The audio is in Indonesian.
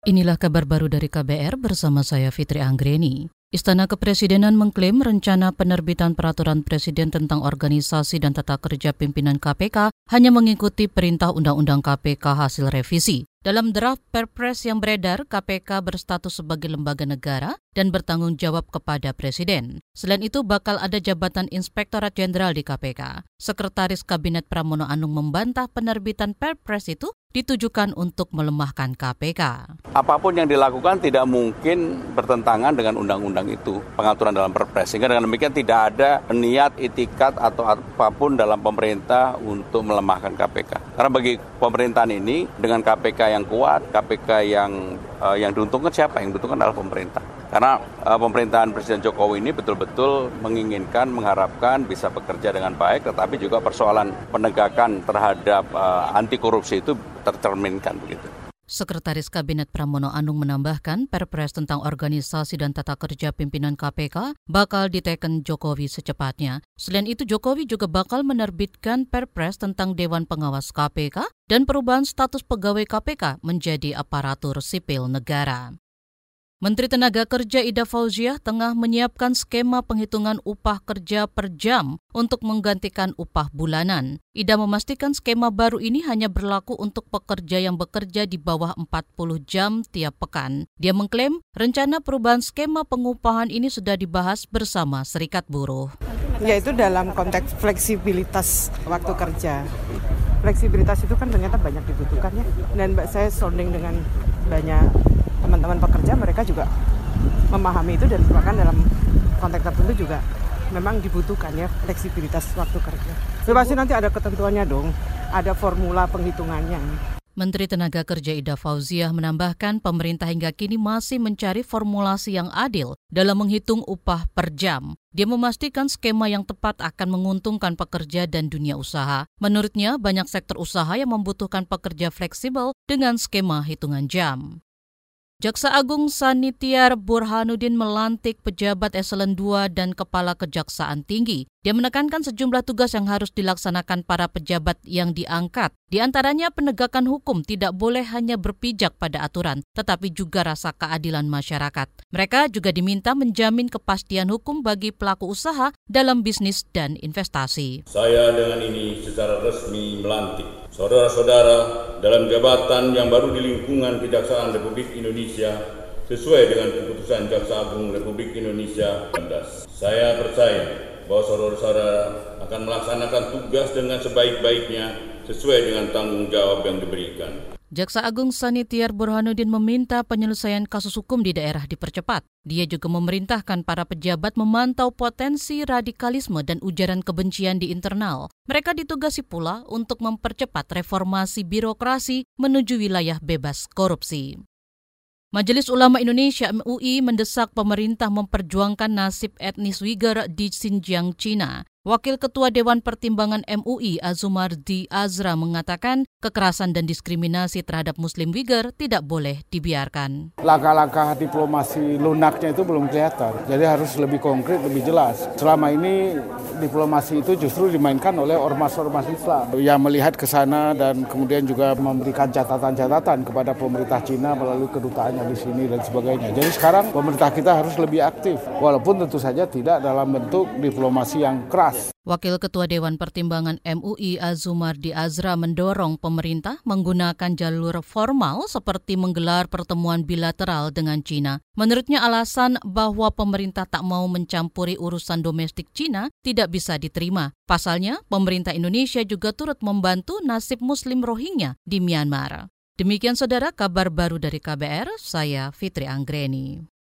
Inilah kabar baru dari KBR bersama saya Fitri Anggreni. Istana Kepresidenan mengklaim rencana penerbitan peraturan Presiden tentang organisasi dan tata kerja pimpinan KPK hanya mengikuti perintah Undang-Undang KPK hasil revisi. Dalam draft Perpres yang beredar, KPK berstatus sebagai lembaga negara dan bertanggung jawab kepada Presiden. Selain itu, bakal ada jabatan Inspektorat Jenderal di KPK. Sekretaris Kabinet Pramono Anung membantah penerbitan Perpres itu ditujukan untuk melemahkan KPK. Apapun yang dilakukan tidak mungkin bertentangan dengan undang-undang itu, pengaturan dalam Perpres. Sehingga dengan demikian tidak ada niat, itikat atau apapun dalam pemerintah untuk melemahkan KPK. Karena bagi pemerintahan ini dengan KPK yang kuat, KPK yang diuntungkan siapa? Yang diuntungkan adalah pemerintah. Karena pemerintahan Presiden Jokowi ini betul-betul menginginkan, mengharapkan bisa bekerja dengan baik, tetapi juga persoalan penegakan terhadap anti korupsi itu tercerminkan begitu. Sekretaris Kabinet Pramono Anung menambahkan Perpres tentang organisasi dan tata kerja pimpinan KPK bakal diteken Jokowi secepatnya. Selain itu, Jokowi juga bakal menerbitkan Perpres tentang Dewan Pengawas KPK dan perubahan status pegawai KPK menjadi aparatur sipil negara. Menteri Tenaga Kerja Ida Fauziah tengah menyiapkan skema penghitungan upah kerja per jam untuk menggantikan upah bulanan. Ida memastikan skema baru ini hanya berlaku untuk pekerja yang bekerja di bawah 40 jam tiap pekan. Dia mengklaim rencana perubahan skema pengupahan ini sudah dibahas bersama Serikat Buruh. Yaitu dalam konteks fleksibilitas waktu kerja. Fleksibilitas itu kan ternyata banyak dibutuhkan ya. Dan saya sounding dengan banyak teman-teman pekerja, mereka juga memahami itu dan bahkan dalam konteks tertentu juga memang dibutuhkan ya fleksibilitas waktu kerja. Pasti nanti ada ketentuannya dong, ada formula penghitungannya. Menteri Tenaga Kerja Ida Fauziah menambahkan pemerintah hingga kini masih mencari formulasi yang adil dalam menghitung upah per jam. Dia memastikan skema yang tepat akan menguntungkan pekerja dan dunia usaha. Menurutnya, banyak sektor usaha yang membutuhkan pekerja fleksibel dengan skema hitungan jam. Jaksa Agung Sanitiar Burhanuddin melantik pejabat eselon 2 dan kepala kejaksaan tinggi. Dia menekankan sejumlah tugas yang harus dilaksanakan para pejabat yang diangkat. Di antaranya penegakan hukum tidak boleh hanya berpijak pada aturan, tetapi juga rasa keadilan masyarakat. Mereka juga diminta menjamin kepastian hukum bagi pelaku usaha dalam bisnis dan investasi. Saya dengan ini secara resmi melantik saudara-saudara dalam jabatan yang baru di lingkungan Kejaksaan Republik Indonesia sesuai dengan keputusan Jaksa Agung Republik Indonesia 19. Saya percaya bahwa saudara-saudara akan melaksanakan tugas dengan sebaik-baiknya sesuai dengan tanggung jawab yang diberikan. Jaksa Agung Sanitiar Burhanuddin meminta penyelesaian kasus hukum di daerah dipercepat. Dia juga memerintahkan para pejabat memantau potensi radikalisme dan ujaran kebencian di internal. Mereka ditugasi pula untuk mempercepat reformasi birokrasi menuju wilayah bebas korupsi. Majelis Ulama Indonesia MUI mendesak pemerintah memperjuangkan nasib etnis Uighur di Xinjiang, China. Wakil Ketua Dewan Pertimbangan MUI Azumardi Azra mengatakan kekerasan dan diskriminasi terhadap Muslim Uighur tidak boleh dibiarkan. Langkah-langkah diplomasi lunaknya itu belum kelihatan, jadi harus lebih konkret, lebih jelas. Selama ini diplomasi itu justru dimainkan oleh ormas-ormas Islam yang melihat ke sana dan kemudian juga memberikan catatan-catatan kepada pemerintah Cina melalui kedutaannya di sini dan sebagainya. Jadi sekarang pemerintah kita harus lebih aktif, walaupun tentu saja tidak dalam bentuk diplomasi yang keras. Wakil Ketua Dewan Pertimbangan MUI Azumardi Azra mendorong pemerintah menggunakan jalur formal seperti menggelar pertemuan bilateral dengan China. Menurutnya alasan bahwa pemerintah tak mau mencampuri urusan domestik China tidak bisa diterima. Pasalnya, pemerintah Indonesia juga turut membantu nasib Muslim Rohingya di Myanmar. Demikian saudara kabar baru dari KBR, saya Fitri Anggreni.